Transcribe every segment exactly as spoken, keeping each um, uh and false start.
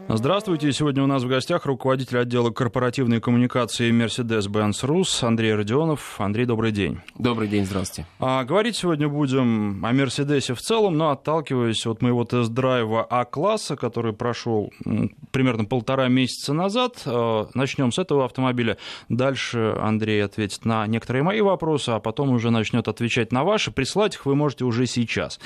Здравствуйте. Сегодня у нас в гостях руководитель отдела корпоративной коммуникации Mercedes-Benz Rus Андрей Родионов. Андрей, добрый день. Добрый день, здравствуйте. А, говорить сегодня будем о Мерседесе в целом, но отталкиваясь от моего тест-драйва А-класса, который прошел примерно полтора месяца назад. Начнем с этого автомобиля. Дальше Андрей ответит на некоторые мои вопросы, а потом уже начнет отвечать на ваши. Прислать их вы можете уже сейчас.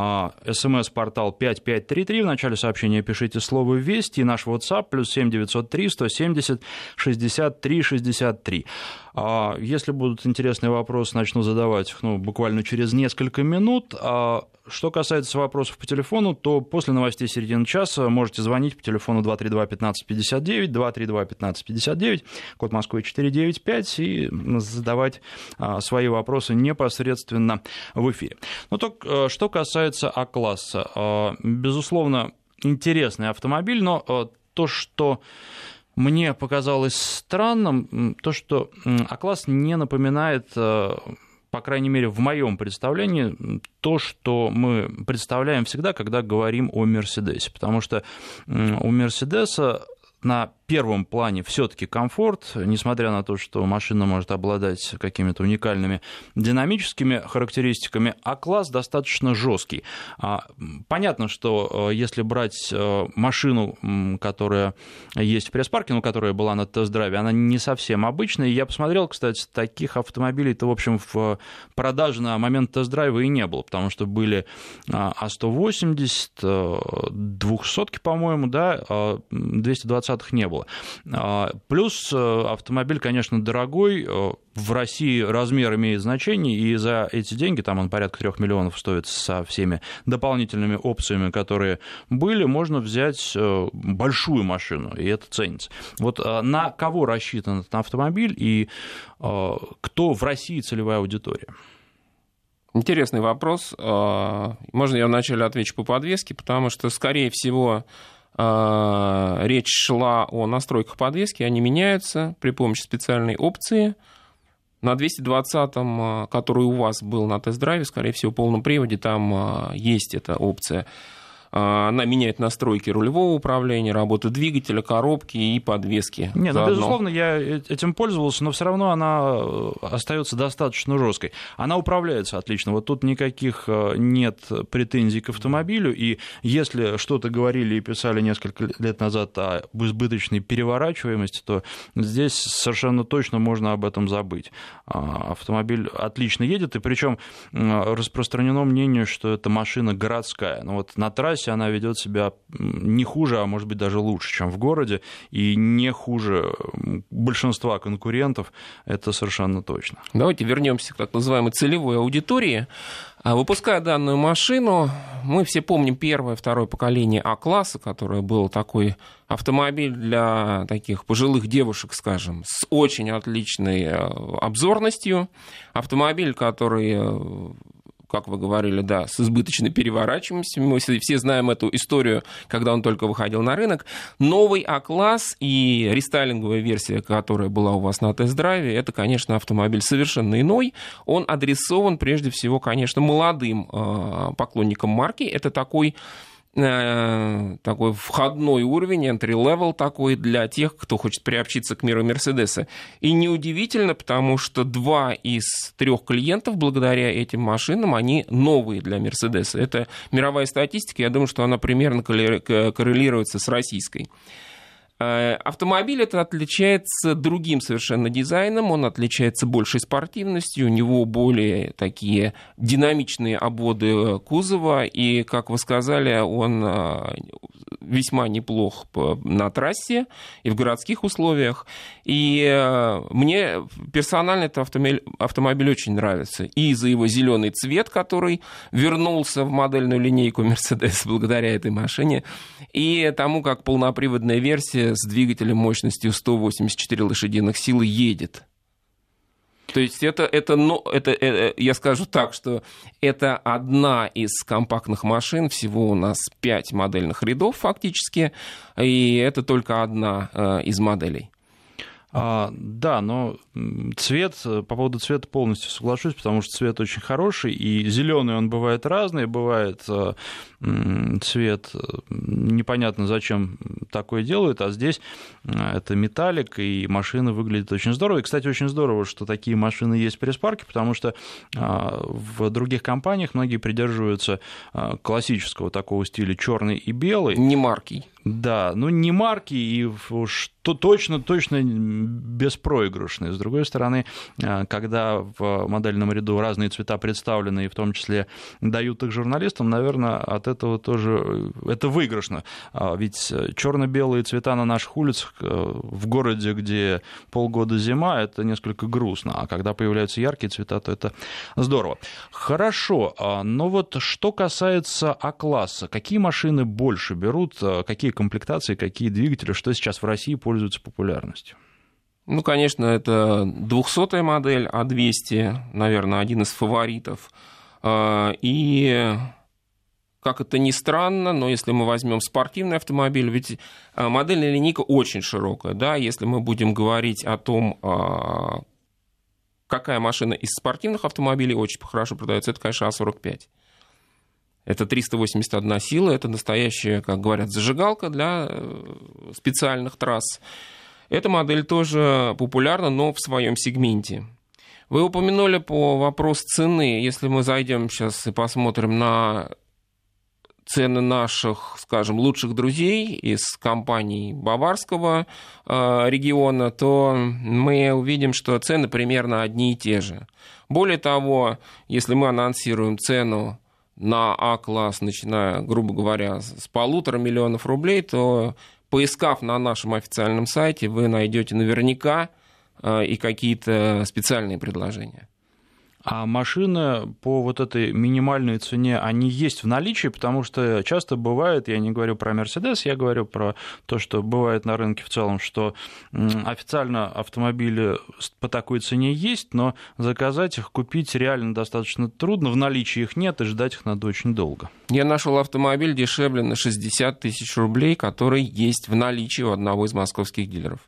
СМС-портал пять пять три три. В начале сообщения пишите слово «Весть». И наш WhatsApp плюс семь девятьсот три сто семьдесят шестьдесят три шестьдесят три. Если будут интересные вопросы, начну задавать их ну, буквально через несколько минут. Что касается вопросов по телефону, то после новостей середины часа можете звонить по телефону два три два пятнадцать пятьдесят девять, два три два пятнадцать пятьдесят девять, код Москвы четыреста девяносто пять, и задавать свои вопросы непосредственно в эфире. Ну, то, что касается А-класса, безусловно, интересный автомобиль, но то, что мне показалось странным, то, что А-класс не напоминает, по крайней мере, в моем представлении, то, что мы представляем всегда, когда говорим о Мерседесе. Потому что у Мерседеса на первом плане все-таки комфорт, несмотря на то, что машина может обладать какими-то уникальными динамическими характеристиками, А-класс достаточно жесткий. Понятно, что если брать машину, которая есть в пресс-парке, ну, которая была на тест-драйве, она не совсем обычная. Я посмотрел, кстати, таких автомобилей-то, в общем, в продаже на момент тест-драйва и не было, потому что были А сто восемьдесят, двухсотки, по-моему, да, двести двадцатых не было. Плюс автомобиль, конечно, дорогой, в России размер имеет значение, и за эти деньги, там он порядка трех миллионов стоит со всеми дополнительными опциями, которые были, можно взять большую машину, и это ценится. Вот на кого рассчитан этот автомобиль, и кто в России целевая аудитория? Интересный вопрос. Можно я вначале отвечу по подвеске, потому что, скорее всего, речь шла о настройках подвески, они меняются при помощи специальной опции. На двести двадцатом, который у вас был на тест-драйве, скорее всего, в полном приводе, там есть эта опция. Она меняет настройки рулевого управления, работу двигателя, коробки и подвески. Нет, ну, безусловно, я этим пользовался, но все равно она остается достаточно жесткой. Она управляется отлично. Вот тут никаких нет претензий к автомобилю. И если что-то говорили и писали несколько лет назад о избыточной переворачиваемости, то здесь совершенно точно можно об этом забыть. Автомобиль отлично едет, и причем распространено мнение, что это машина городская. Но вот на трассе она ведет себя не хуже, а может быть даже лучше, чем в городе, и не хуже большинства конкурентов, это совершенно точно. Давайте вернемся к так называемой целевой аудитории. Выпуская данную машину, мы все помним первое, второе поколение А-класса, которое был такой автомобиль для таких пожилых девушек, скажем, с очень отличной обзорностью. Автомобиль, который, как вы говорили, да, с избыточной переворачиваемостью. Мы все знаем эту историю, когда он только выходил на рынок. Новый А-класс и рестайлинговая версия, которая была у вас на тест-драйве, это, конечно, автомобиль совершенно иной. Он адресован, прежде всего, конечно, молодым э, поклонникам марки. Это такой... такой входной уровень, entry-level такой для тех, кто хочет приобщиться к миру Мерседеса. И неудивительно, потому что два из трех клиентов, благодаря этим машинам, они новые для Мерседеса. Это мировая статистика, я думаю, что она примерно коррелируется с российской. Автомобиль этот отличается другим совершенно дизайном, он отличается большей спортивностью, у него более такие динамичные обводы кузова, и, как вы сказали, он весьма неплох на трассе и в городских условиях. И мне персонально этот автомобиль, автомобиль очень нравится. И за его зеленый цвет, который вернулся в модельную линейку Mercedes благодаря этой машине, и тому, как полноприводная версия с двигателем мощностью сто восемьдесят четыре лошадиных силы едет. То есть это, это, ну, это, это, я скажу так, что это одна из компактных машин, всего у нас пять модельных рядов фактически, и это только одна э, из моделей. А, да, но цвет, по поводу цвета полностью соглашусь, потому что цвет очень хороший, и зеленый он бывает разный, бывает цвет непонятно зачем такое делают, а здесь это металлик, и машина выглядит очень здорово. И, кстати, очень здорово, что такие машины есть в пресс-парке, потому что в других компаниях многие придерживаются классического такого стиля черный и белый. Не марки. Да, ну не марки и что точно, точно беспроигрышные. С другой стороны, когда в модельном ряду разные цвета представлены, и в том числе дают их журналистам, наверное, от этого тоже это выигрышно. Ведь черно-белые цвета на наших улицах в городе, где полгода зима, это несколько грустно, а когда появляются яркие цвета, то это здорово. Хорошо, но вот что касается А-класса, какие машины больше берут, какие комплектации, какие двигатели, что сейчас в России пользуются популярностью? Ну, конечно, это двухсотая модель А двести, наверное, один из фаворитов. И, как это ни странно, но если мы возьмем спортивный автомобиль, ведь модельная линейка очень широкая, да, если мы будем говорить о том, какая машина из спортивных автомобилей очень хорошо продается, это, конечно, А сорок пять. Это триста восемьдесят одна сила, это настоящая, как говорят, зажигалка для специальных трасс. Эта модель тоже популярна, но в своем сегменте. Вы упомянули по вопросу цены. Если мы зайдем сейчас и посмотрим на цены наших, скажем, лучших друзей из компаний Баварского региона, то мы увидим, что цены примерно одни и те же. Более того, если мы анонсируем цену на А-класс, начиная, грубо говоря, с полутора миллионов рублей, то, поискав на нашем официальном сайте, вы найдете наверняка и какие-то специальные предложения. А машины по вот этой минимальной цене, они есть в наличии, потому что часто бывает, я не говорю про Mercedes, я говорю про то, что бывает на рынке в целом, что официально автомобили по такой цене есть, но заказать их, купить реально достаточно трудно, в наличии их нет, и ждать их надо очень долго. Я нашел автомобиль дешевле на шестьдесят тысяч рублей, который есть в наличии у одного из московских дилеров.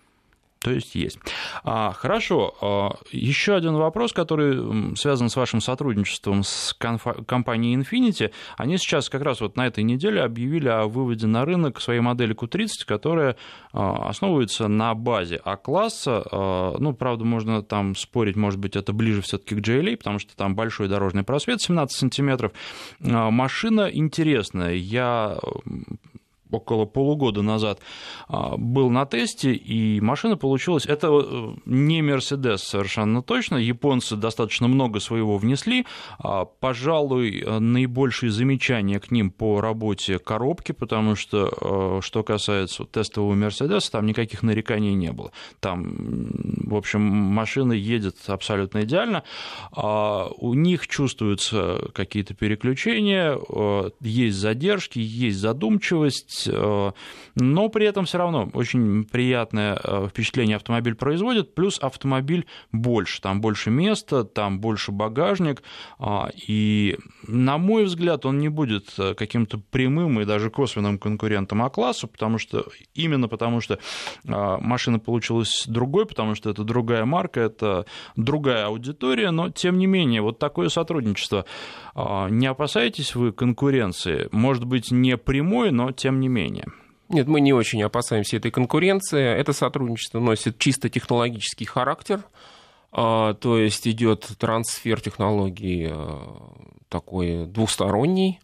То есть есть. А, хорошо. А, еще один вопрос, который связан с вашим сотрудничеством с конфа- компанией Infiniti. Они сейчас как раз вот на этой неделе объявили о выводе на рынок своей модели Q тридцать, которая а, основывается на базе А-класса. А, ну, правда, можно там спорить, может быть, это ближе все-таки к джей эл эй, потому что там большой дорожный просвет, семнадцать сантиметров. А, машина интересная. Я около полугода назад был на тесте, и машина получилась... Это не Mercedes совершенно точно, японцы достаточно много своего внесли, пожалуй, наибольшие замечания к ним по работе коробки, потому что, что касается тестового Mercedes, там никаких нареканий не было. Там, в общем, машина едет абсолютно идеально, у них чувствуются какие-то переключения, есть задержки, есть задумчивость, но при этом все равно очень приятное впечатление автомобиль производит, плюс автомобиль больше, там больше места, там больше багажник, и, на мой взгляд, он не будет каким-то прямым и даже косвенным конкурентом А-классу, потому что, именно потому что машина получилась другой, потому что это другая марка, это другая аудитория, но, тем не менее, вот такое сотрудничество. Не опасаетесь вы конкуренции? Может быть, не прямой, но тем не менее. Нет, мы не очень опасаемся этой конкуренции. Это сотрудничество носит чисто технологический характер, то есть идет трансфер технологий такой двусторонний.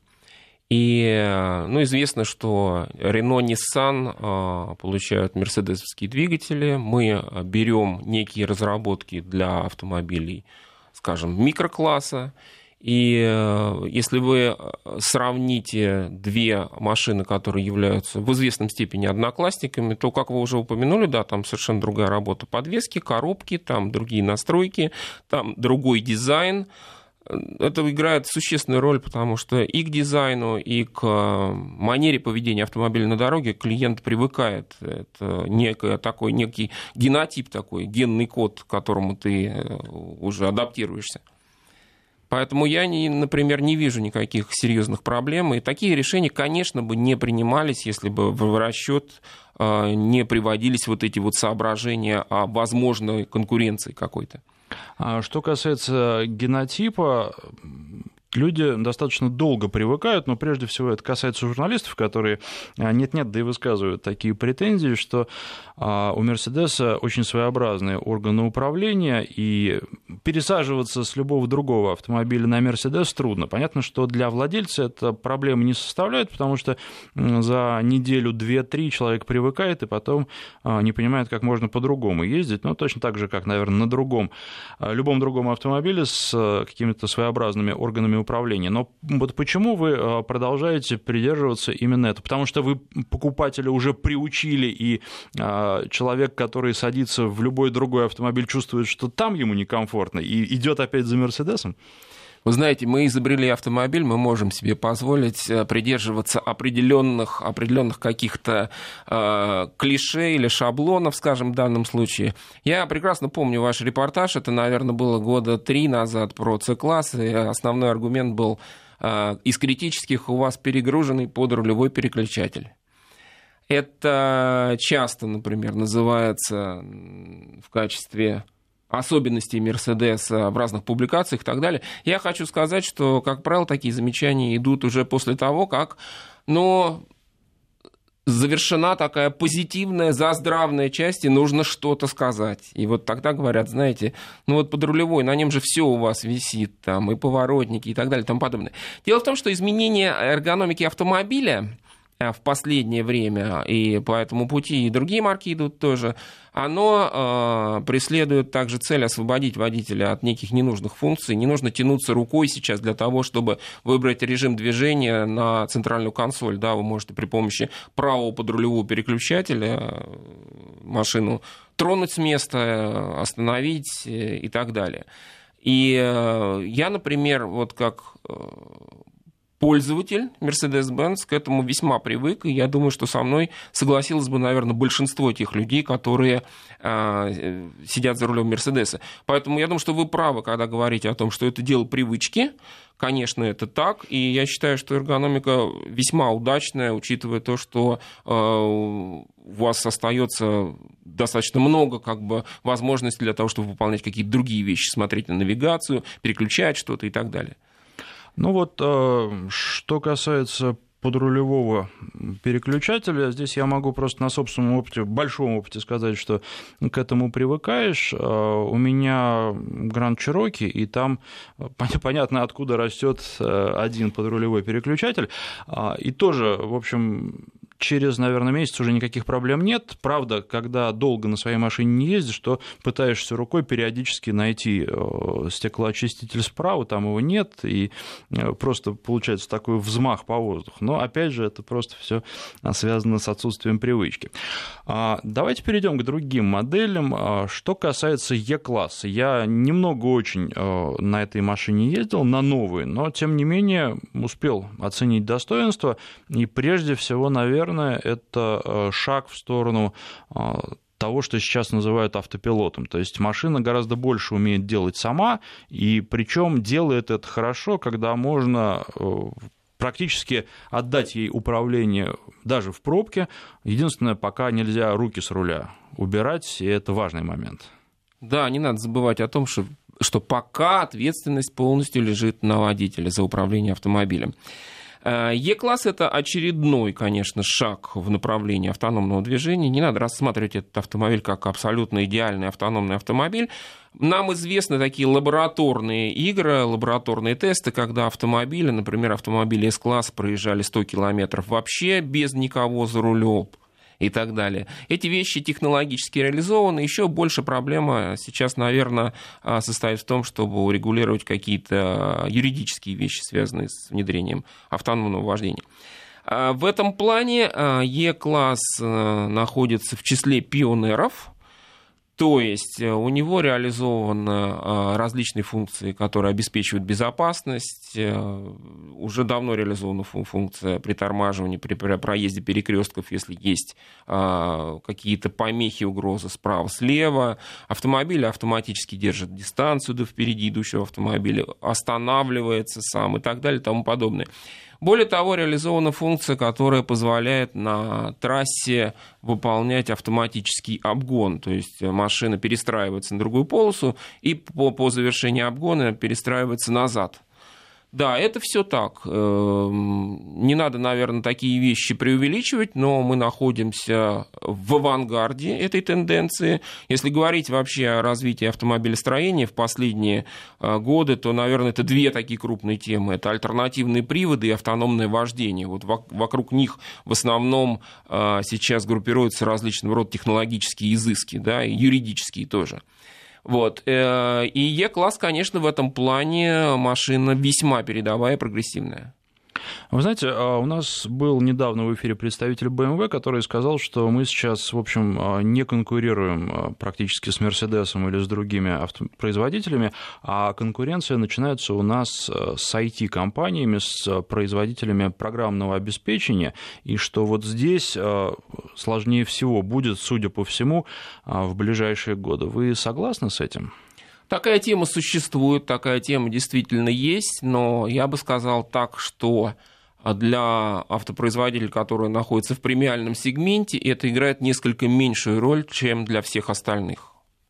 И ну, известно, что Renault, Nissan получают мерседесовские двигатели. Мы берем некие разработки для автомобилей, скажем, микрокласса. И если вы сравните две машины, которые являются в известном степени одноклассниками, то, как вы уже упомянули, да, там совершенно другая работа подвески, коробки, там другие настройки, там другой дизайн. Это играет существенную роль, потому что и к дизайну, и к манере поведения автомобиля на дороге клиент привыкает. Это некий такой, некий генотип такой, генный код, к которому ты уже адаптируешься. Поэтому я, не, например, не вижу никаких серьезных проблем. И такие решения, конечно, бы не принимались, если бы в расчет не приводились вот эти вот соображения о возможной конкуренции какой-то. Что касается генотипа, люди достаточно долго привыкают, но прежде всего это касается журналистов, которые нет-нет, да и высказывают такие претензии, что у Мерседеса очень своеобразные органы управления, и пересаживаться с любого другого автомобиля на Мерседес трудно. Понятно, что для владельца это проблемы не составляет, потому что за неделю, две-три человек привыкает и потом не понимает, как можно по-другому ездить, ну, точно так же, как, наверное, на другом, любом другом автомобиле с какими-то своеобразными органами управления. Но вот почему вы продолжаете придерживаться именно этого? Потому что вы покупателя уже приучили, и человек, который садится в любой другой автомобиль, чувствует, что там ему некомфортно, и идет опять за Мерседесом? Вы знаете, мы изобрели автомобиль, мы можем себе позволить придерживаться определенных, определенных каких-то э, клише или шаблонов, скажем, в данном случае. Я прекрасно помню ваш репортаж, это, наверное, было года три назад про С-класс, и основной аргумент был э, из критических: у вас перегруженный подрулевой переключатель. Это часто, например, называется в качестве особенностей Мерседеса в разных публикациях и так далее. Я хочу сказать, что, как правило, такие замечания идут уже после того, как, ну, завершена такая позитивная, заздравная часть, и нужно что-то сказать. И вот тогда говорят, знаете, ну вот подрулевой, на нем же все у вас висит, там, и поворотники, и так далее, и тому подобное. Дело в том, что изменение эргономики автомобиля в последнее время, и по этому пути и другие марки идут тоже, оно э, преследует также цель освободить водителя от неких ненужных функций. Не нужно тянуться рукой сейчас для того, чтобы выбрать режим движения на центральную консоль. Да, вы можете при помощи правого подрулевого переключателя машину тронуть с места, остановить и так далее. И э, я, например, вот как пользователь Mercedes-Benz к этому весьма привык, и я думаю, что со мной согласилось бы, наверное, большинство тех людей, которые э, сидят за рулем Мерседеса. Поэтому я думаю, что вы правы, когда говорите о том, что это дело привычки. Конечно, это так, и я считаю, что эргономика весьма удачная, учитывая то, что э, у вас остается достаточно много как бы возможностей для того, чтобы выполнять какие-то другие вещи, смотреть на навигацию, переключать что-то и так далее. Ну вот, что касается подрулевого переключателя, здесь я могу просто на собственном опыте, большом опыте сказать, что к этому привыкаешь. У меня Grand Cherokee, и там понятно, откуда растет один подрулевой переключатель, и тоже, в общем, через, наверное, месяц уже никаких проблем нет. Правда, когда долго на своей машине не ездишь, то пытаешься рукой периодически найти стеклоочиститель справа, там его нет, и просто получается такой взмах по воздуху. Но, опять же, это просто все связано с отсутствием привычки. Давайте перейдем к другим моделям. Что касается Е-класса, я немного очень на этой машине ездил, на новой, но, тем не менее, успел оценить достоинства, и прежде всего, наверное, это шаг в сторону того, что сейчас называют автопилотом. То есть машина гораздо больше умеет делать сама, и причем делает это хорошо, когда можно практически отдать ей управление даже в пробке. Единственное, пока нельзя руки с руля убирать, и это важный момент. Да, не надо забывать о том, что, что пока ответственность полностью лежит на водителе за управление автомобилем. Е-класс – это очередной, конечно, шаг в направлении автономного движения. Не надо рассматривать этот автомобиль как абсолютно идеальный автономный автомобиль. Нам известны такие лабораторные игры, лабораторные тесты, когда автомобили, например, автомобили С-класс проезжали сто километров вообще без никого за рулем и так далее. Эти вещи технологически реализованы. Еще больше проблема сейчас, наверное, состоит в том, чтобы урегулировать какие-то юридические вещи, связанные с внедрением автономного вождения. В этом плане Е-класс находится в числе пионеров. То есть у него реализованы различные функции, которые обеспечивают безопасность. Уже давно реализована функция притормаживания при проезде перекрестков, если есть какие-то помехи, угрозы справа-слева. Автомобиль автоматически держит дистанцию до впереди идущего автомобиля, останавливается сам и так далее и тому подобное. Более того, реализована функция, которая позволяет на трассе выполнять автоматический обгон. То есть машина перестраивается на другую полосу и по, по завершении обгона перестраивается назад. Да, это все так. Не надо, наверное, такие вещи преувеличивать, но мы находимся в авангарде этой тенденции. Если говорить вообще о развитии автомобилестроения в последние годы, то, наверное, это две такие крупные темы. Это альтернативные приводы и автономное вождение. Вот вокруг них в основном сейчас группируются различного рода технологические изыски, да, и юридические тоже. Вот. И E-класс, конечно, в этом плане машина весьма передовая и прогрессивная. Вы знаете, у нас был недавно в эфире представитель бэ эм вэ, который сказал, что мы сейчас, в общем, не конкурируем практически с Мерседесом или с другими автопроизводителями, а конкуренция начинается у нас с ай ти-компаниями, с производителями программного обеспечения, и что вот здесь сложнее всего будет, судя по всему, в ближайшие годы. Вы согласны с этим? Такая тема существует, такая тема действительно есть, но я бы сказал так, что для автопроизводителей, которые находятся в премиальном сегменте, это играет несколько меньшую роль, чем для всех остальных.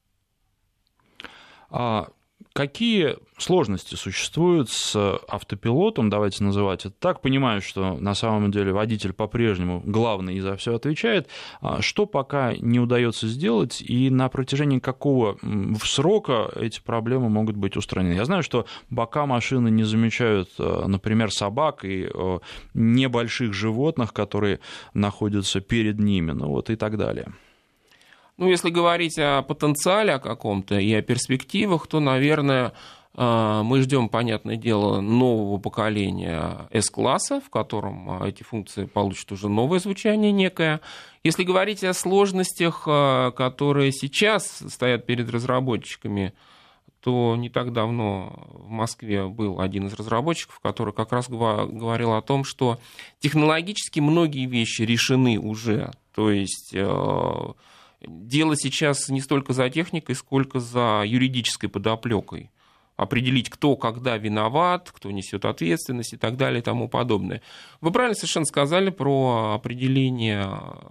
А какие сложности существуют с автопилотом, давайте называть это так, понимаю, что на самом деле водитель по-прежнему главный и за все отвечает, что пока не удается сделать и на протяжении какого срока эти проблемы могут быть устранены? Я знаю, что бока машины не замечают, например, собак и небольших животных, которые находятся перед ними, ну вот и так далее. Ну, если говорить о потенциале о каком-то и о перспективах, то, наверное, мы ждем, понятное дело, нового поколения S-класса, в котором эти функции получат уже новое звучание некое. Если говорить о сложностях, которые сейчас стоят перед разработчиками, то не так давно в Москве был один из разработчиков, который как раз говорил о том, что технологически многие вещи решены уже, то есть дело сейчас не столько за техникой, сколько за юридической подоплекой. Определить, кто когда виноват, кто несет ответственность и так далее и тому подобное. Вы правильно совершенно сказали про определение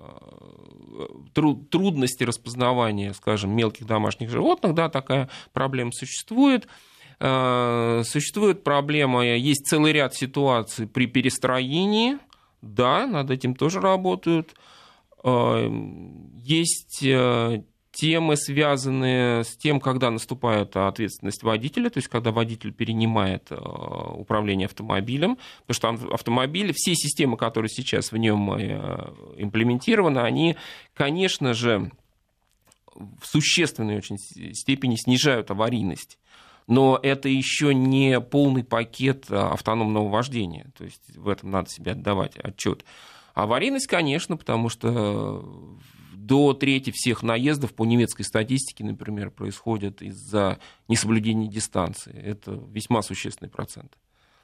трудности распознавания, скажем, мелких домашних животных. Да, такая проблема существует. Существует проблема, есть целый ряд ситуаций при перестроении. Да, над этим тоже работают. Есть темы, связанные с тем, когда наступает ответственность водителя, то есть когда водитель перенимает управление автомобилем, потому что автомобиль, все системы, которые сейчас в нем имплементированы, они, конечно же, в существенной очень степени снижают аварийность. Но это еще не полный пакет автономного вождения, то есть в этом надо себе отдавать отчет. Аварийность, конечно, потому что до трети всех наездов по немецкой статистике, например, происходят из-за несоблюдения дистанции. Это весьма существенный процент.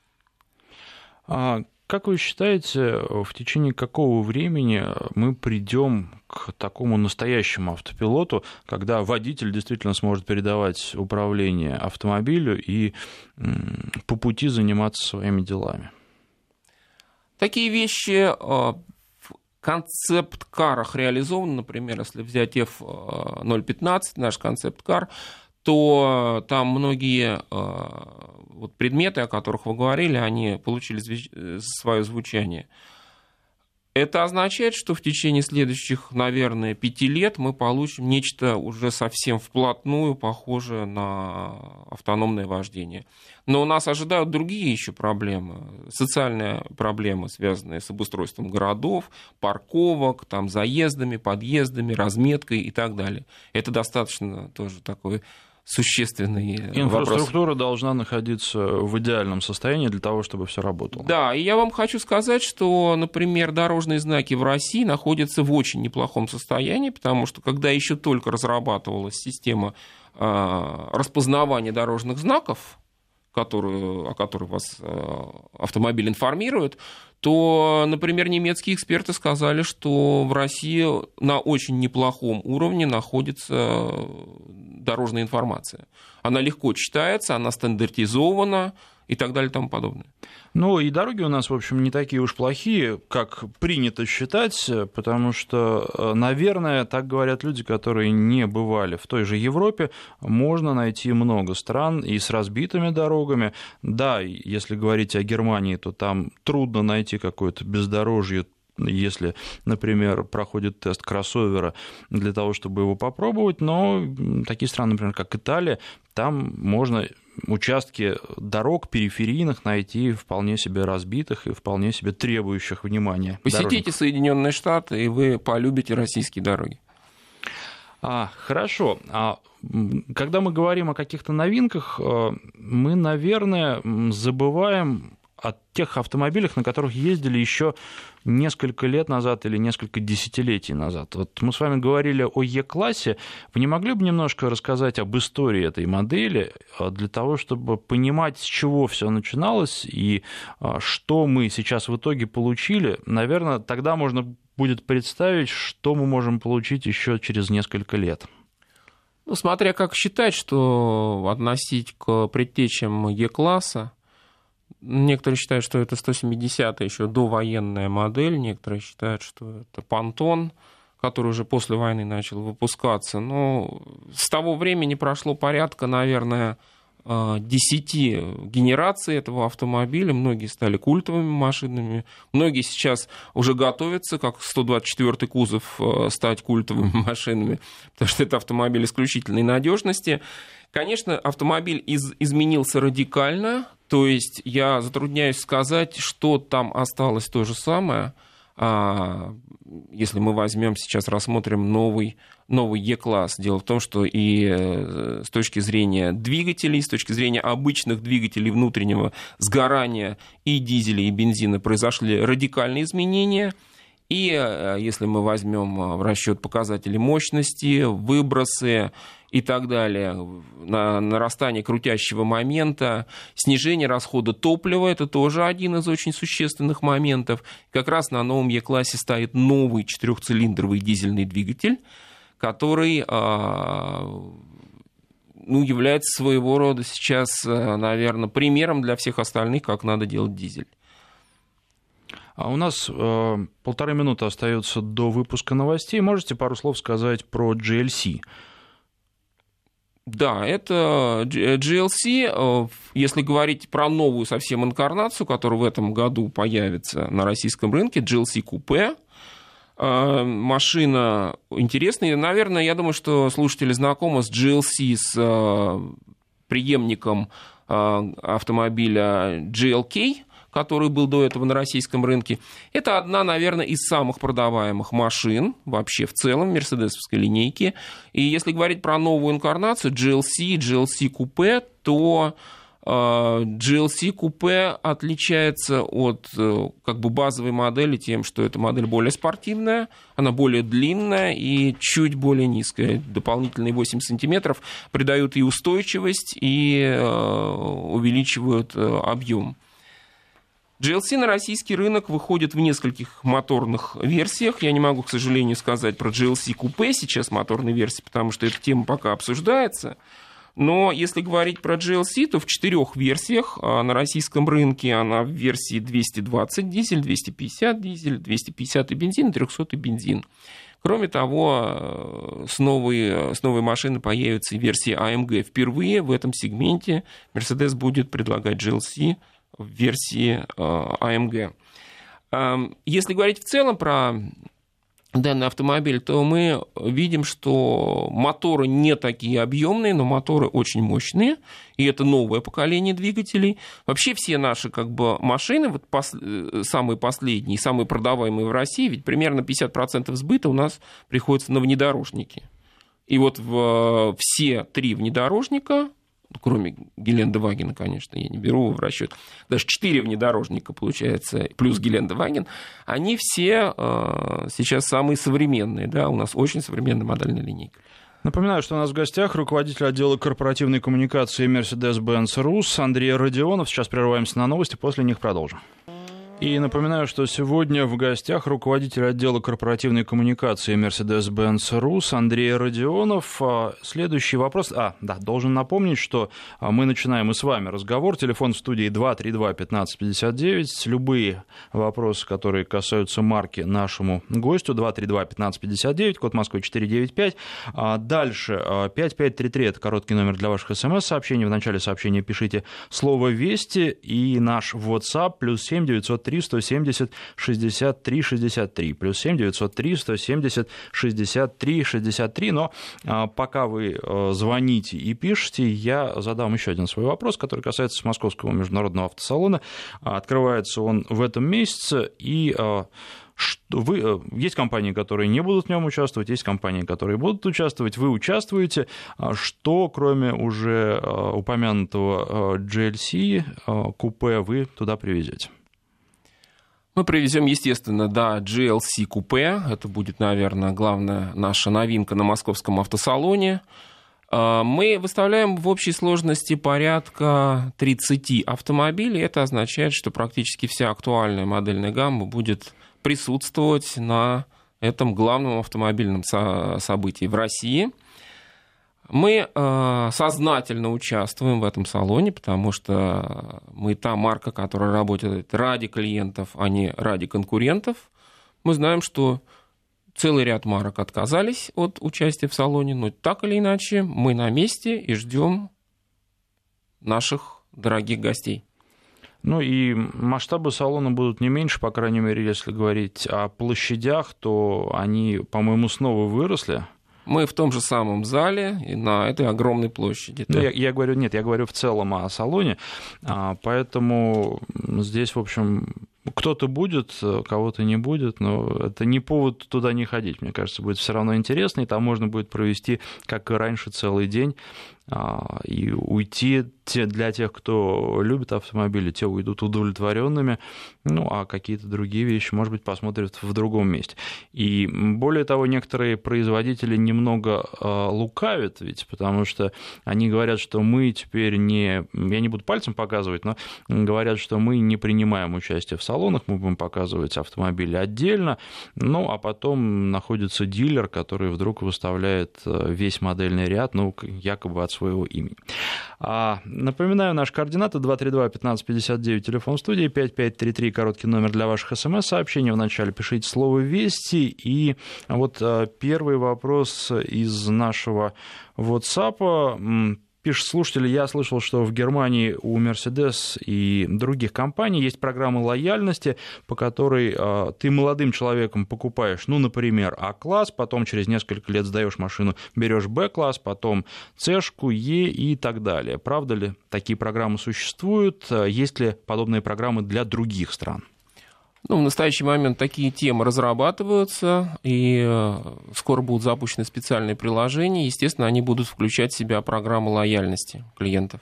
А как вы считаете, в течение какого времени мы придем к такому настоящему автопилоту, когда водитель действительно сможет передавать управление автомобилю и по пути заниматься своими делами? Такие вещи в концепт-карах реализованы, например, если взять эф ноль пятнадцать, наш концепт-кар, то там многие вот предметы, о которых вы говорили, они получили свое звучание. Это означает, что в течение следующих, наверное, пяти лет мы получим нечто уже совсем вплотную похожее на автономное вождение. Но нас ожидают другие еще проблемы. Социальные проблемы, связанные с обустройством городов, парковок, там, заездами, подъездами, разметкой и так далее. Это достаточно тоже такой существенный Инфраструктура вопрос. должна находиться в идеальном состоянии для того, чтобы все работало. Да, и я вам хочу сказать, что, например, дорожные знаки в России находятся в очень неплохом состоянии, потому что когда еще только разрабатывалась система распознавания дорожных знаков, Которую, о которых вас э, автомобиль информирует, то, например, немецкие эксперты сказали, что в России на очень неплохом уровне находится дорожная информация. Она легко читается, она стандартизована и так далее и тому подобное. Ну, и дороги у нас, в общем, не такие уж плохие, как принято считать, потому что, наверное, так говорят люди, которые не бывали в той же Европе, можно найти много стран и с разбитыми дорогами. Да, если говорить о Германии, то там трудно найти какое-то бездорожье, если, например, проходит тест кроссовера для того, чтобы его попробовать, но такие страны, например, как Италия, там можно участки дорог периферийных найти вполне себе разбитых и вполне себе требующих внимания. Посетите дорожников. Соединенные Штаты, и вы полюбите российские дороги. А, хорошо. А когда мы говорим о каких-то новинках, мы, наверное, забываем о тех автомобилях, на которых ездили еще несколько лет назад или несколько десятилетий назад. Вот мы с вами говорили о Е-классе. Вы не могли бы немножко рассказать об истории этой модели для того, чтобы понимать, с чего все начиналось и что мы сейчас в итоге получили? Наверное, тогда можно будет представить, что мы можем получить еще через несколько лет. Ну, смотря как считать, что относить к предтечам Е-класса, некоторые считают, что это сто семидесятая еще довоенная модель, некоторые считают, что это понтон, который уже после войны начал выпускаться. Но с того времени прошло порядка, наверное, десяти генераций этого автомобиля. Многие стали культовыми машинами, многие сейчас уже готовятся, как сто двадцать четвёртый кузов, стать культовыми машинами, потому что это автомобиль исключительной надежности. Конечно, автомобиль из- изменился радикально, то есть я затрудняюсь сказать, что там осталось то же самое. А, если мы возьмем сейчас, рассмотрим новый, новый Е-класс. Дело в том, что и с точки зрения двигателей, с точки зрения обычных двигателей внутреннего сгорания и дизеля, и бензина произошли радикальные изменения. И если мы возьмем в расчет показатели мощности, выбросы и так далее, на нарастание крутящего момента, снижение расхода топлива, это тоже один из очень существенных моментов. Как раз на новом Е-классе стоит новый четырехцилиндровый дизельный двигатель, который ну, является своего рода сейчас, наверное, примером для всех остальных, как надо делать дизель. А у нас э, полторы минуты остается до выпуска новостей. Можете пару слов сказать про джи эл си? Да, это джи эл си, если говорить про новую совсем инкарнацию, которая в этом году появится на российском рынке, джи эл си Coupe. Машина интересная. Наверное, я думаю, что слушатели знакомы с джи эл си, с преемником автомобиля джи эл кей, который был до этого на российском рынке. Это одна, наверное, из самых продаваемых машин вообще в целом мерседесовской линейки. И если говорить про новую инкарнацию джи эл си, джи эл си Coupe, то джи эл си Coupe отличается от как бы базовой модели тем, что эта модель более спортивная, она более длинная и чуть более низкая. Дополнительные восемь сантиметров придают и устойчивость, и увеличивают объем. джи эл си на российский рынок выходит в нескольких моторных версиях. Я не могу, к сожалению, сказать про джи эл си Coupe сейчас моторной версии, потому что эта тема пока обсуждается. Но если говорить про джи эл си, то в четырех версиях на российском рынке она в версии двести двадцать дизель, двести пятьдесят дизель, двести пятьдесят бензин, триста бензин. Кроме того, с новой, с новой машины появится и версия эй эм джи. Впервые в этом сегменте Mercedes будет предлагать джи эл си в версии эй эм джи. Если говорить в целом про данный автомобиль, то мы видим, что моторы не такие объемные, но моторы очень мощные, и это новое поколение двигателей. Вообще все наши как бы, машины, вот пос... самые последние, самые продаваемые в России, ведь примерно пятьдесят процентов сбыта у нас приходится на внедорожники. И вот в, все три внедорожника, кроме Гелендвагена, конечно, я не беру в расчет, даже четыре внедорожника, получается, плюс Гелендваген, они все э, сейчас самые современные, да, у нас очень современная модельная линейка. Напоминаю, что у нас в гостях руководитель отдела корпоративной коммуникации Mercedes-Benz Rus Андрей Родионов. Сейчас прерываемся на новости, после них продолжим. И напоминаю, что сегодня в гостях руководитель отдела корпоративной коммуникации Mercedes-Benz Rus Андрей Родионов. Следующий вопрос. А, да, должен напомнить, что мы начинаем и с вами разговор. Телефон в студии два три два пятнадцать пятьдесят девять. Любые вопросы, которые касаются марки, нашему гостю. два три два пятнадцать пятьдесят девять, код Москвы четыре девять пять. Дальше пять пять три три, это короткий номер для ваших смс-сообщений. В начале сообщения пишите слово «Вести» и наш WhatsApp плюс семь девятьсот три сто семьдесят шестьдесят три шестьдесят три, плюс семь девятьсот три сто семьдесят шестьдесят три шестьдесят три. Но а, пока вы а, звоните и пишете, я задам еще один свой вопрос, который касается Московского международного автосалона. А, открывается он в этом месяце, и а, что вы, есть компании, которые не будут в нем участвовать, есть компании, которые будут участвовать, вы участвуете. Что, кроме уже а, упомянутого а, джи эл си а, купе, вы туда привезете? Мы привезем, естественно, да, джи эл си купе. Это будет, наверное, главная наша новинка на московском автосалоне. Мы выставляем в общей сложности порядка тридцать автомобилей. Это означает, что практически вся актуальная модельная гамма будет присутствовать на этом главном автомобильном событии в России. Мы э, сознательно участвуем в этом салоне, потому что мы та марка, которая работает ради клиентов, а не ради конкурентов. Мы знаем, что целый ряд марок отказались от участия в салоне, но так или иначе мы на месте и ждем наших дорогих гостей. Ну и масштабы салона будут не меньше, по крайней мере, если говорить о площадях, то они, по-моему, снова выросли. Мы в том же самом зале и на этой огромной площади. Ну, я, я говорю, нет, я говорю в целом о салоне, поэтому здесь, в общем, кто-то будет, кого-то не будет, но это не повод туда не ходить. Мне кажется, будет все равно интересно, и там можно будет провести, как и раньше, целый день и уйти. Для тех, кто любит автомобили, те уйдут удовлетворенными, ну, а какие-то другие вещи, может быть, посмотрят в другом месте. И более того, некоторые производители немного лукавят, ведь, потому что они говорят, что мы теперь не... Я не буду пальцем показывать, но говорят, что мы не принимаем участие в салонах, мы будем показывать автомобили отдельно, ну, а потом находится дилер, который вдруг выставляет весь модельный ряд, ну, якобы от своего имени. Напоминаю, наши координаты два три два пятнадцать пятьдесят девять, телефон студии, пять пять три три, короткий номер для ваших смс-сообщений. Вначале пишите слово «Вести». И вот первый вопрос из нашего WhatsApp. Пишет слушатель: я слышал, что в Германии у Mercedes и других компаний есть программа лояльности, по которой э, ты молодым человеком покупаешь, ну, например, А-класс, потом через несколько лет сдаешь машину, берешь Б-класс, потом С-шку, Е и так далее. Правда ли такие программы существуют? Есть ли подобные программы для других стран? Ну, в настоящий момент такие темы разрабатываются, и скоро будут запущены специальные приложения. Естественно, они будут включать в себя программу лояльности клиентов.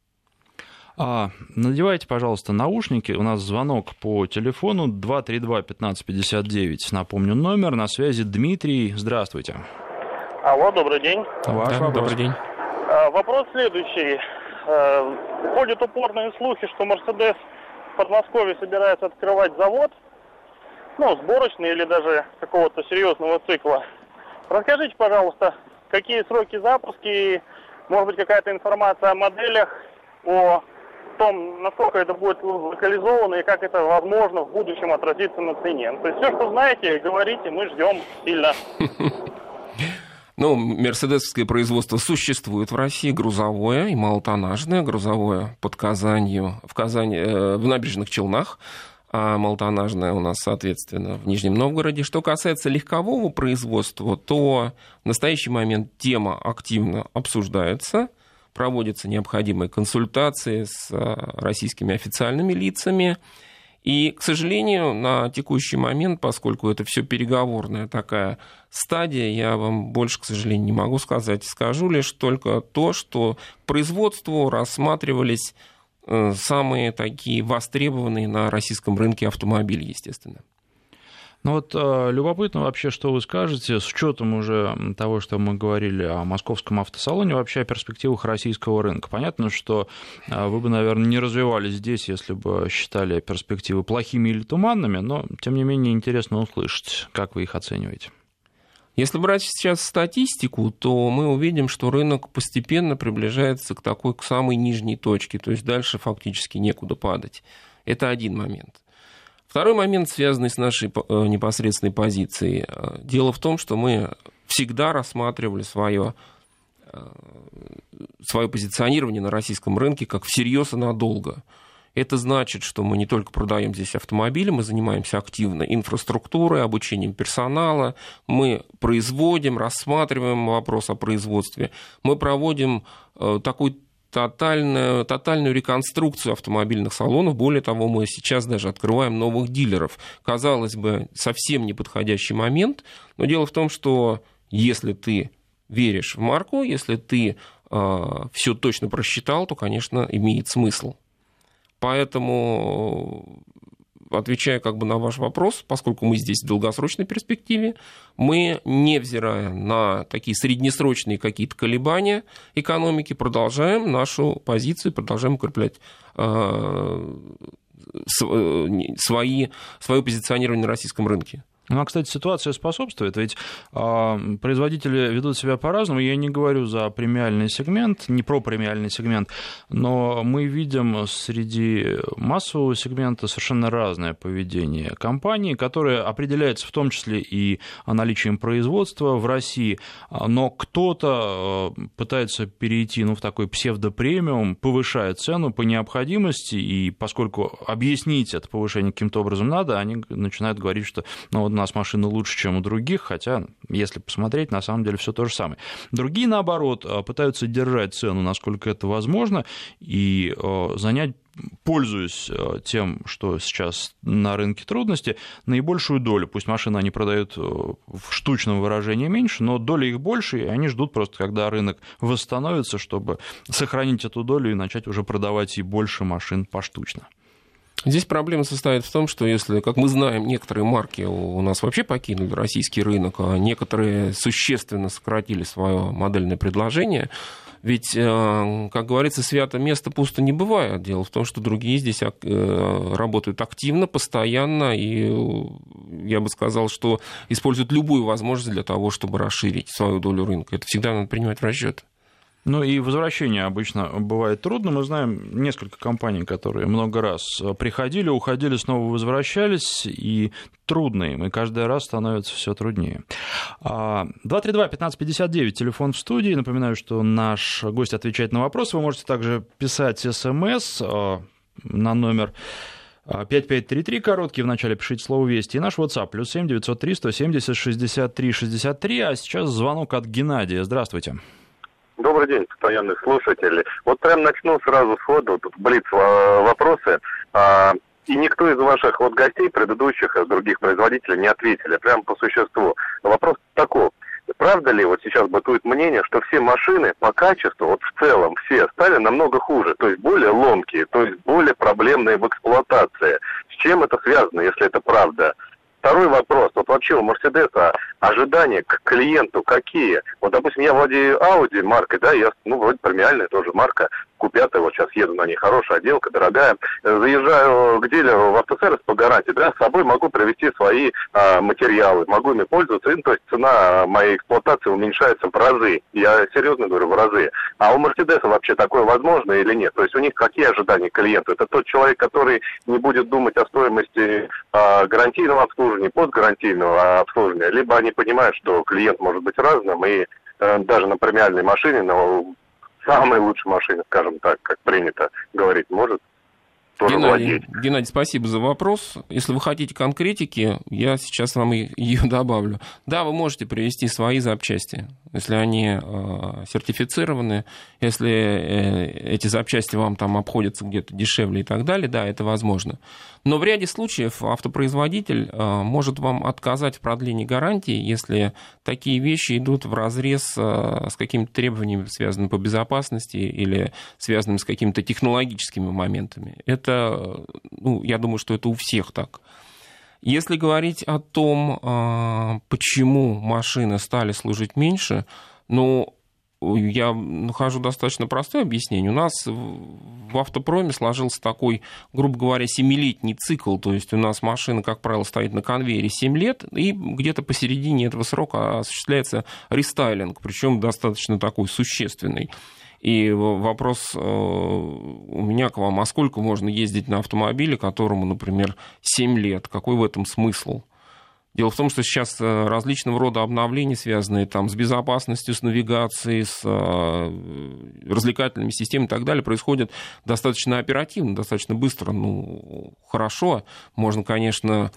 А, надевайте, пожалуйста, наушники. У нас звонок по телефону два три два пятнадцать пятьдесят девять. Напомню номер. На связи Дмитрий. Здравствуйте. Алло, добрый день. Ваш да, вопрос. Добрый день. А, вопрос следующий. А, ходят упорные слухи, что Mercedes в Подмосковье собирается открывать завод, ну, сборочный или даже какого-то серьезного цикла. Расскажите, пожалуйста, какие сроки запуска и, может быть, какая-то информация о моделях, о том, насколько это будет локализовано и как это, возможно, в будущем отразится на цене. То есть все, что знаете, говорите, мы ждем сильно. Ну, мерседесовское производство существует в России, грузовое и малотоннажное. Грузовое под Казанью, в Казани, э, в Набережных Челнах, а малотоннажное у нас, соответственно, в Нижнем Новгороде. Что касается легкового производства, то в настоящий момент тема активно обсуждается, проводятся необходимые консультации с российскими официальными лицами. И, к сожалению, на текущий момент, поскольку это все переговорная такая стадия, я вам больше, к сожалению, не могу сказать. Скажу лишь только то, что к производству рассматривались самые такие востребованные на российском рынке автомобили, естественно. Ну вот э, любопытно вообще, что вы скажете, с учетом уже того, что мы говорили о московском автосалоне, вообще о перспективах российского рынка. Понятно, что э, вы бы, наверное, не развивались здесь, если бы считали перспективы плохими или туманными, но, тем не менее, интересно услышать, как вы их оцениваете. Если брать сейчас статистику, то мы увидим, что рынок постепенно приближается к такой, к самой нижней точке, то есть дальше фактически некуда падать. Это один момент. Второй момент, связанный с нашей непосредственной позицией. Дело в том, что мы всегда рассматривали свое, свое позиционирование на российском рынке как всерьез и надолго. Это значит, что мы не только продаем здесь автомобили, мы занимаемся активно инфраструктурой, обучением персонала, мы производим, рассматриваем вопрос о производстве, мы проводим такой Тотальную, тотальную реконструкцию автомобильных салонов. Более того, мы сейчас даже открываем новых дилеров. Казалось бы, совсем неподходящий момент, но дело в том, что если ты веришь в марку, если ты э, все точно просчитал, то, конечно, имеет смысл. Поэтому, отвечая как бы на ваш вопрос, поскольку мы здесь в долгосрочной перспективе, мы, невзирая на такие среднесрочные какие-то колебания экономики, продолжаем нашу позицию, продолжаем укреплять э, свои, свое позиционирование на российском рынке. Ну, а, кстати, ситуация способствует, ведь э, производители ведут себя по-разному. Я не говорю за премиальный сегмент, не про премиальный сегмент, но мы видим среди массового сегмента совершенно разное поведение компаний, которое определяется в том числе и наличием производства в России, но кто-то пытается перейти, ну, в такой псевдопремиум, повышая цену по необходимости, и поскольку объяснить это повышение каким-то образом надо, они начинают говорить, что, ну, вот у нас машины лучше, чем у других, хотя, если посмотреть, на самом деле все то же самое. Другие, наоборот, пытаются держать цену, насколько это возможно, и занять, пользуясь тем, что сейчас на рынке трудности, наибольшую долю. Пусть машины они продают в штучном выражении меньше, но доля их больше, и они ждут просто, когда рынок восстановится, чтобы сохранить эту долю и начать уже продавать и больше машин поштучно. Здесь проблема состоит в том, что если, как мы знаем, некоторые марки у нас вообще покинули российский рынок, а некоторые существенно сократили свое модельное предложение, ведь, как говорится, свято место пусто не бывает. Дело в том, что другие здесь работают активно, постоянно, и я бы сказал, что используют любую возможность для того, чтобы расширить свою долю рынка. Это всегда надо принимать в расчет. Ну и возвращение обычно бывает трудно. Мы знаем несколько компаний, которые много раз приходили, уходили, снова возвращались, и трудно им, и каждый раз становится все труднее. два три два пятнадцать пятьдесят девять, телефон в студии. Напоминаю, что наш гость отвечает на вопросы. Вы можете также писать смс на номер пять пять три три, короткий, вначале пишите слово «Вести». И наш WhatsApp, плюс семь девятьсот три сто семьдесят шестьдесят три шестьдесят три. А сейчас звонок от Геннадия. Здравствуйте. Добрый день, постоянные слушатели. Вот прям начну сразу сходу, тут блиц вопросы. И никто из ваших вот гостей, предыдущих, других производителей не ответили, прям по существу. Вопрос такой. Правда ли вот сейчас бытует мнение, что все машины по качеству, вот в целом все, стали намного хуже, то есть более ломкие, то есть более проблемные в эксплуатации? С чем это связано, если это правда? Второй вопрос. Вот вообще у Мерседеса ожидания к клиенту какие? Вот, допустим, я владею Audi маркой, да, я, ну, вроде премиальная тоже марка, купятая, вот сейчас еду на ней, хорошая отделка, дорогая. Заезжаю к дилеру в автосервис по гарантии, да, с собой могу привезти свои а, материалы, могу ими пользоваться, и, то есть цена моей эксплуатации уменьшается в разы. Я серьезно говорю, в разы. А у Мерседеса вообще такое возможно или нет? То есть у них какие ожидания к клиенту? Это тот человек, который не будет думать о стоимости а, гарантийного обслуживания, постгарантийного обслуживания, либо они понимают, что клиент может быть разным, и э, даже на премиальной машине, но самой лучшей машине, скажем так, как принято говорить, может тоже Геннадий, владеть. Геннадий, спасибо за вопрос. Если вы хотите конкретики, я сейчас вам ее добавлю. Да, вы можете привезти свои запчасти, если они э, сертифицированы, если э, эти запчасти вам там обходятся где-то дешевле и так далее, да, это возможно. Но в ряде случаев автопроизводитель э, может вам отказать в продлении гарантии, если такие вещи идут вразрез э, с какими-то требованиями, связанными по безопасности или связанными с какими-то технологическими моментами. Это, ну, я думаю, что это у всех так. Если говорить о том, почему машины стали служить меньше, ну, я нахожу достаточно простое объяснение. У нас в автопроме сложился такой, грубо говоря, семилетний цикл. То есть у нас машина, как правило, стоит на конвейере семь лет, и где-то посередине этого срока осуществляется рестайлинг, причем достаточно такой существенный. И вопрос у меня к вам, а сколько можно ездить на автомобиле, которому, например, семь лет? Какой в этом смысл? Дело в том, что сейчас различного рода обновления, связанные там, с безопасностью, с навигацией, с развлекательными системами и так далее, происходят достаточно оперативно, достаточно быстро. Ну, хорошо, можно, конечно,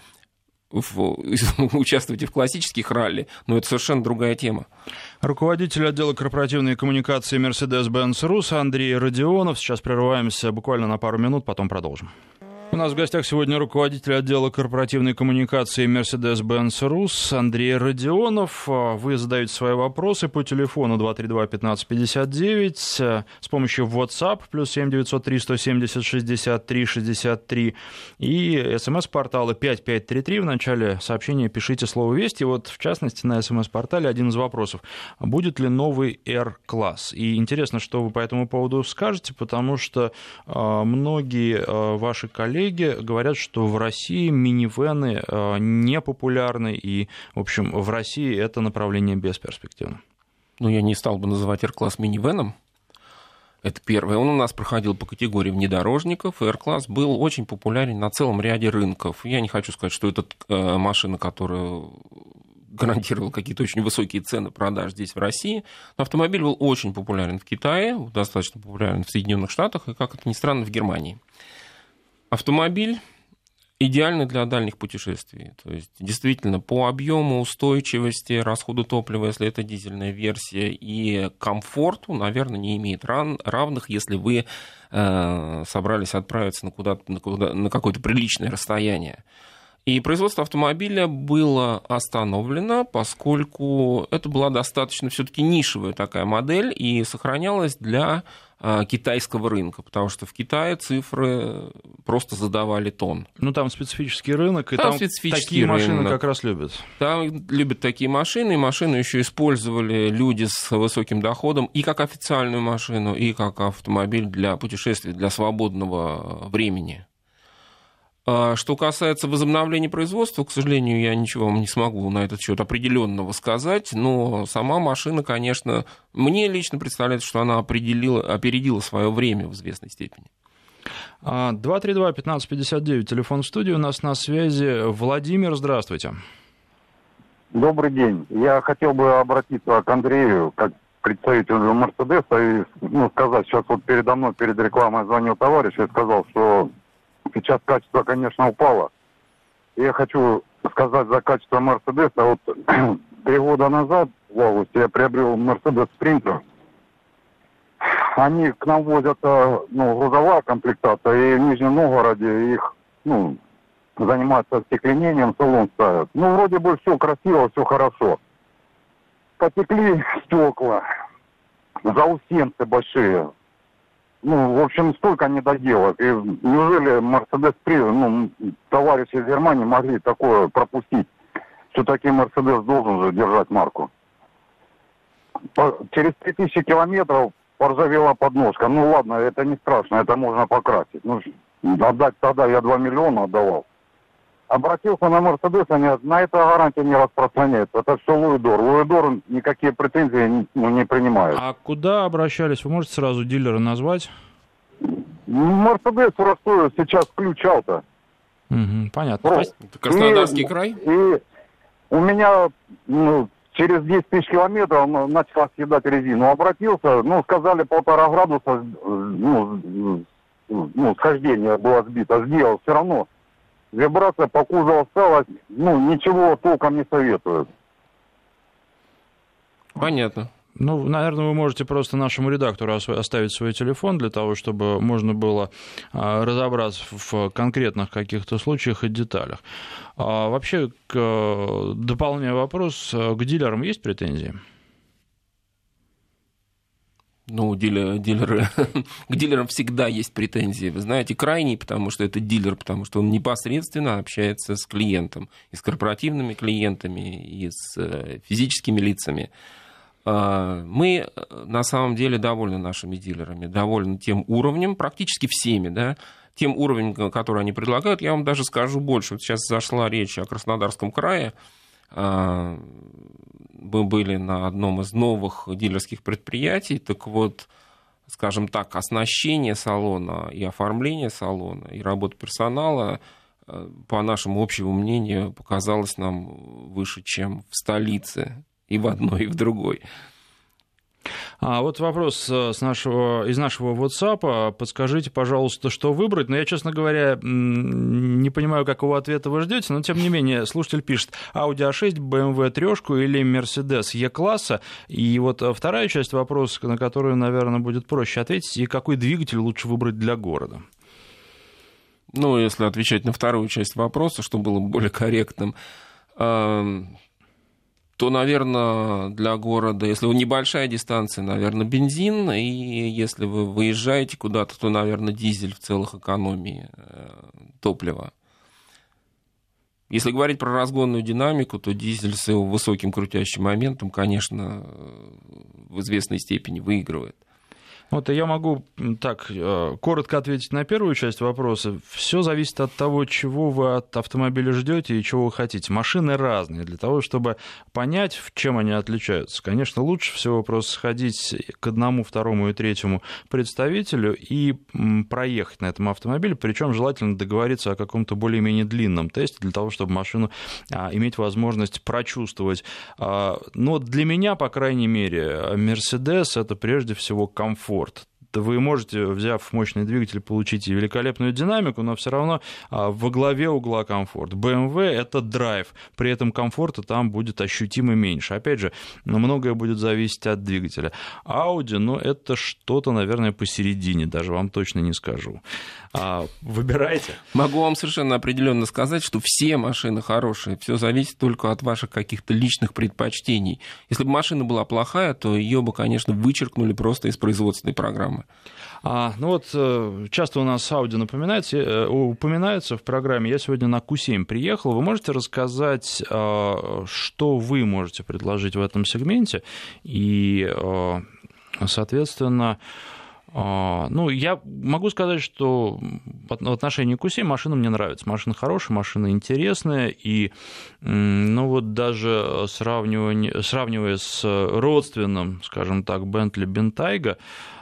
в, участвовать и в классических ралли, но это совершенно другая тема. Руководитель отдела корпоративной коммуникации Mercedes-Benz Rus Андрей Родионов. Сейчас прерываемся буквально на пару минут, потом продолжим. У нас в гостях сегодня руководитель отдела корпоративной коммуникации Mercedes-Benz Rus Андрей Родионов. Вы задаете свои вопросы по телефону два три два пятнадцать пятьдесят девять с помощью WhatsApp плюс семь девятьсот три сто семьдесят шестьдесят три шестьдесят три и смс-портала пять пять три три. В начале сообщения пишите слово «Вести». Вот, в частности, на смс-портале один из вопросов. Будет ли новый R-класс? И интересно, что вы по этому поводу скажете, потому что э, многие э, ваши коллеги говорят, что в России минивэны э, не популярны, и, в общем, в России это направление бесперспективно. Ну, я не стал бы называть R-класс минивэном. Это первое. Он у нас проходил по категории внедорожников, и R-класс был очень популярен на целом ряде рынков. Я не хочу сказать, что это э, машина, которая гарантировала какие-то очень высокие цены продаж здесь, в России. Но автомобиль был очень популярен в Китае, достаточно популярен в Соединенных Штатах и, как это ни странно, в Германии. Автомобиль идеальный для дальних путешествий. То есть, действительно, по объему, устойчивости, расходу топлива, если это дизельная версия, и комфорту, наверное, не имеет равных, если вы э, собрались отправиться на, куда-то, на, куда, на какое-то приличное расстояние. И производство автомобиля было остановлено, поскольку это была достаточно все-таки нишевая такая модель и сохранялась для а, китайского рынка, потому что в Китае цифры просто задавали тон. Ну, там специфический рынок, и там, там такие рынок. машины как раз любят. Там любят такие машины, и машину еще использовали люди с высоким доходом и как официальную машину, и как автомобиль для путешествий, для свободного времени. Что касается возобновления производства, к сожалению, я ничего вам не смогу на этот счет определенного сказать, но сама машина, конечно, мне лично представляется, что она определила, опередила свое время в известной степени. два три два пятнадцать пятьдесят девять, телефон в студии, у нас на связи Владимир, здравствуйте. Добрый день. Я хотел бы обратиться к Андрею, как представителю Мерседеса, и ну, сказать, сейчас вот передо мной, перед рекламой звонил товарищ и сказал, что сейчас качество, конечно, упало. И я хочу сказать за качество Мерседеса. Вот три года назад в августе я приобрел Мерседес Спринтер. Они к нам возят, ну, грузовая комплектация, и в Нижнем Новгороде их, ну, занимаются остекленением, салон ставят. Ну, вроде бы все красиво, все хорошо. Потекли стекла, заусенцы большие. Ну, в общем, столько недоделок. И неужели Мерседес, ну, товарищи из Германии могли такое пропустить? Все-таки Мерседес должен же держать марку. По, через три тысячи километров поржавела подножка. Ну, ладно, это не страшно, это можно покрасить. Ну, отдать тогда я два миллиона отдавал. Обратился на Мерседес, они на это гарантия не распространяется. Это все Луидор. Луидор никакие претензии ну, не принимает. А куда обращались? Вы можете сразу дилера назвать? Мерседес в Ростове сейчас включал-то. Угу, понятно. Ну, это Краснодарский и, край? И у меня ну, через десять тысяч километров начала съедать резину. Обратился, ну, сказали полтора градуса, ну, ну, схождение было сбито, сделал, все равно вибрация по кузову осталась, ну, ничего толком не советую. Понятно. Ну, наверное, вы можете просто нашему редактору оставить свой телефон для того, чтобы можно было разобраться в конкретных каких-то случаях и деталях. А вообще, к, дополняя вопрос, к дилерам есть претензии? Ну, дилер, дилеры, к дилерам всегда есть претензии. Вы знаете, крайний, потому что это дилер, потому что он непосредственно общается с клиентом, и с корпоративными клиентами, и с физическими лицами. Мы на самом деле довольны нашими дилерами, довольны тем уровнем, практически всеми, да, тем уровнем, который они предлагают. Я вам даже скажу больше. Вот сейчас зашла речь о Краснодарском крае. Мы были на одном из новых дилерских предприятий. Так вот, скажем так, оснащение салона и оформление салона, и работа персонала, по нашему общему мнению, показалось нам выше, чем в столице. И в одной, и в другой. А вот вопрос с нашего, из нашего WhatsApp. Подскажите, пожалуйста, что выбрать. Но я, честно говоря, не понимаю, какого ответа вы ждете, но, тем не менее, слушатель пишет: Audi а шесть, бэ эм вэ трешку или Mercedes E-класса. И вот вторая часть вопроса, на которую, наверное, будет проще ответить: и какой двигатель лучше выбрать для города? Ну, если отвечать на вторую часть вопроса, что было более корректным, то, наверное, для города, если у небольшая дистанция, наверное, бензин, и если вы выезжаете куда-то, то, наверное, дизель в целых экономии топлива. Если говорить про разгонную динамику, то дизель с его высоким крутящим моментом, конечно, в известной степени выигрывает. Вот я могу так коротко ответить на первую часть вопроса. Все зависит от того, чего вы от автомобиля ждете и чего вы хотите. Машины разные. Для того, чтобы понять, в чем они отличаются, конечно, лучше всего просто сходить к одному, второму и третьему представителю и проехать на этом автомобиле. Причем желательно договориться о каком-то более-менее длинном тесте для того, чтобы машину иметь возможность прочувствовать. Но для меня, по крайней мере, Mercedes — это прежде всего комфорт. Вы можете, взяв мощный двигатель, получить и великолепную динамику, но все равно во главе угла комфорт. бэ эм вэ — это драйв, при этом комфорта там будет ощутимо меньше. Опять же, многое будет зависеть от двигателя. Audi, ну, это что-то, наверное, посередине, даже вам точно не скажу. Выбирайте. Могу вам совершенно определенно сказать, что все машины хорошие, все зависит только от ваших каких-то личных предпочтений. Если бы машина была плохая, то ее бы, конечно, вычеркнули просто из производственной программы. А, ну вот, часто у нас Audi напоминается, упоминается в программе. Я сегодня на Q семь приехал. Вы можете рассказать, что вы можете предложить в этом сегменте? И, соответственно, ну, я могу сказать, что в отношении Q семь машина мне нравится. Машина хорошая, машина интересная. И, ну, вот даже сравнивая, сравнивая с родственным, скажем так, Bentley Bentayga,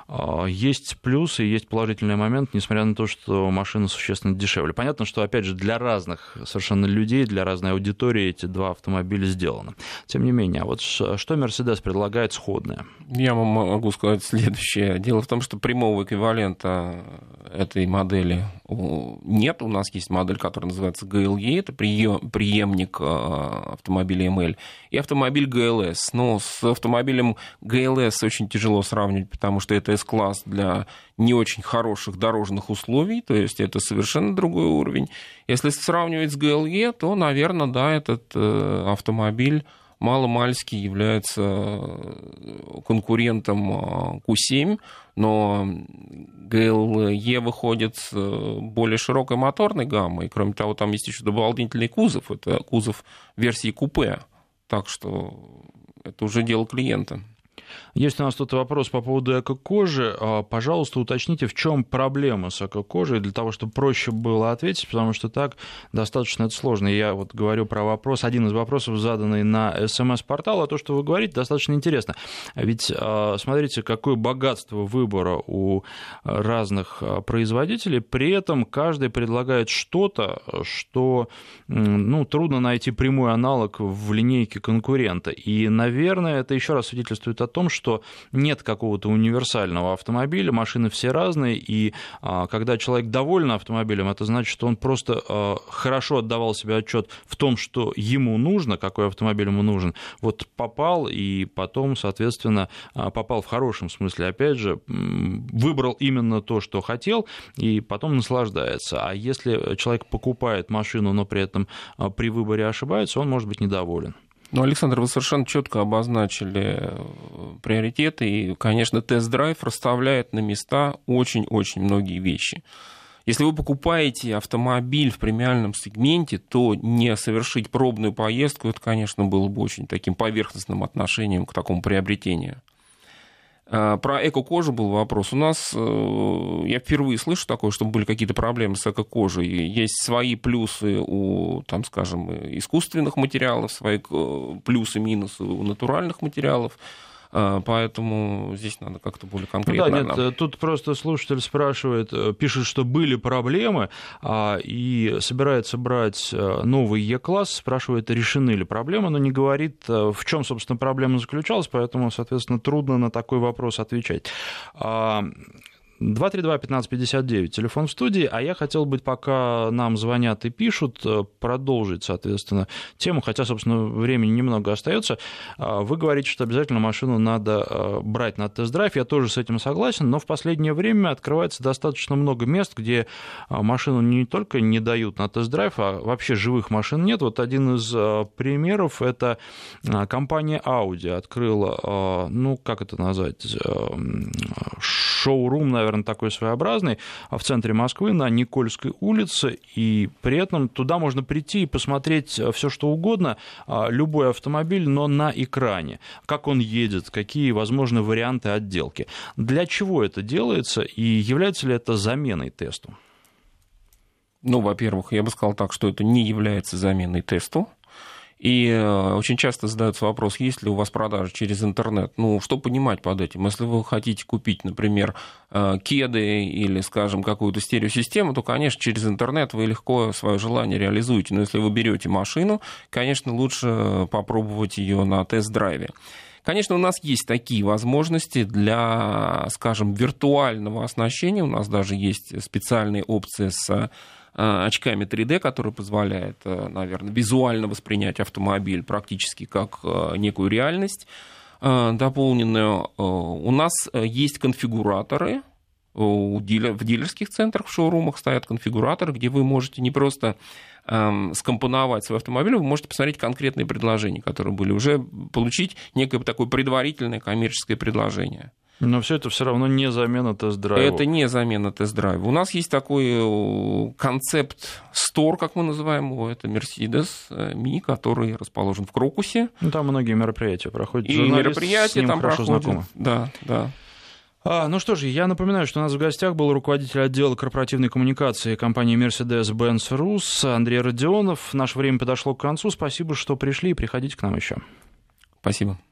есть плюсы, есть положительный момент, несмотря на то, что машина существенно дешевле. Понятно, что, опять же, для разных совершенно людей, для разной аудитории эти два автомобиля сделаны. Тем не менее, вот что Mercedes предлагает сходное? Я вам могу сказать следующее. Дело в том, что прямого эквивалента этой модели нет. У нас есть модель, которая называется джи эл и, это преемник автомобиля эм эл, и автомобиль джи эл эс. Но с автомобилем джи эл эс очень тяжело сравнивать, потому что это С-класс для не очень хороших дорожных условий, то есть это совершенно другой уровень. Если сравнивать с джи эл и, то, наверное, да, этот автомобиль маломальски является конкурентом Q семь, но джи эл и выходит с более широкой моторной гаммой. Кроме того, там есть еще дополнительный кузов, это кузов версии купе, так что это уже дело клиента. Есть у нас тут вопрос по поводу эко-кожи. Пожалуйста, уточните, в чем проблема с эко-кожей, для того, чтобы проще было ответить, потому что так достаточно это сложно. Я вот говорю про вопрос, один из вопросов, заданный на эс эм эс-портал, а то, что вы говорите, достаточно интересно. Ведь смотрите, какое богатство выбора у разных производителей, при этом каждый предлагает что-то, что, ну, трудно найти прямой аналог в линейке конкурента. И, наверное, это еще раз свидетельствует о том, том, что нет какого-то универсального автомобиля, машины все разные, и когда человек доволен автомобилем, это значит, что он просто хорошо отдавал себе отчет в том, что ему нужно, какой автомобиль ему нужен, вот попал и потом, соответственно, попал в хорошем смысле, опять же, выбрал именно то, что хотел, и потом наслаждается. А если человек покупает машину, но при этом при выборе ошибается, он может быть недоволен. Ну, Александр, вы совершенно четко обозначили приоритеты, и, конечно, тест-драйв расставляет на места очень-очень многие вещи. Если вы покупаете автомобиль в премиальном сегменте, то не совершить пробную поездку, это, конечно, было бы очень таким поверхностным отношением к такому приобретению. Про эко-кожу был вопрос. У нас, я впервые слышу такое, чтобы были какие-то проблемы с эко-кожей. Есть свои плюсы у, там, скажем, искусственных материалов, свои плюсы-минусы у натуральных материалов. Поэтому здесь надо как-то более конкретно. Ну да, нет, тут просто слушатель спрашивает, пишет, что были проблемы, и собирается брать новый Е-класс, спрашивает, решены ли проблемы, но не говорит, в чем, собственно, проблема заключалась, поэтому, соответственно, трудно на такой вопрос отвечать. два три два пятнадцать пятьдесят девять, телефон в студии, а я хотел бы, пока нам звонят и пишут, продолжить, соответственно, тему, хотя, собственно, времени немного остается. Вы говорите, что обязательно машину надо брать на тест-драйв, я тоже с этим согласен, но в последнее время открывается достаточно много мест, где машину не только не дают на тест-драйв, а вообще живых машин нет. Вот один из примеров — это компания Audi открыла, ну, как это назвать, шоурум, наверное, такой своеобразный, в центре Москвы, на Никольской улице, и при этом туда можно прийти и посмотреть все, что угодно, любой автомобиль, но на экране, как он едет, какие возможны варианты отделки. Для чего это делается, и является ли это заменой тесту? Ну, во-первых, я бы сказал так, что это не является заменой тесту. И очень часто задается вопрос, есть ли у вас продажи через интернет. Ну, что понимать под этим? Если вы хотите купить, например, кеды или, скажем, какую-то стереосистему, то, конечно, через интернет вы легко свое желание реализуете. Но если вы берете машину, конечно, лучше попробовать ее на тест-драйве. Конечно, у нас есть такие возможности для, скажем, виртуального оснащения. У нас даже есть специальные опции с очками три дэ, которые позволяют, наверное, визуально воспринять автомобиль практически как некую реальность дополненную. У нас есть конфигураторы, в дилерских центрах, в шоурумах стоят конфигураторы, где вы можете не просто скомпоновать свой автомобиль, вы можете посмотреть конкретные предложения, которые были, уже получить некое такое предварительное коммерческое предложение. Но все это все равно не замена тест-драйву. Это не замена тест-драйву. У нас есть такой концепт-стор, как мы называем его, это Mercedes-Ми, который расположен в Крокусе. Ну, там многие мероприятия проходят. И мероприятия там проходят. Знакомы. Да, да. А, ну что же, я напоминаю, что у нас в гостях был руководитель отдела корпоративной коммуникации компании Mercedes-Benz Rus Андрей Родионов. Наше время подошло к концу. Спасибо, что пришли, и приходите к нам еще. Спасибо.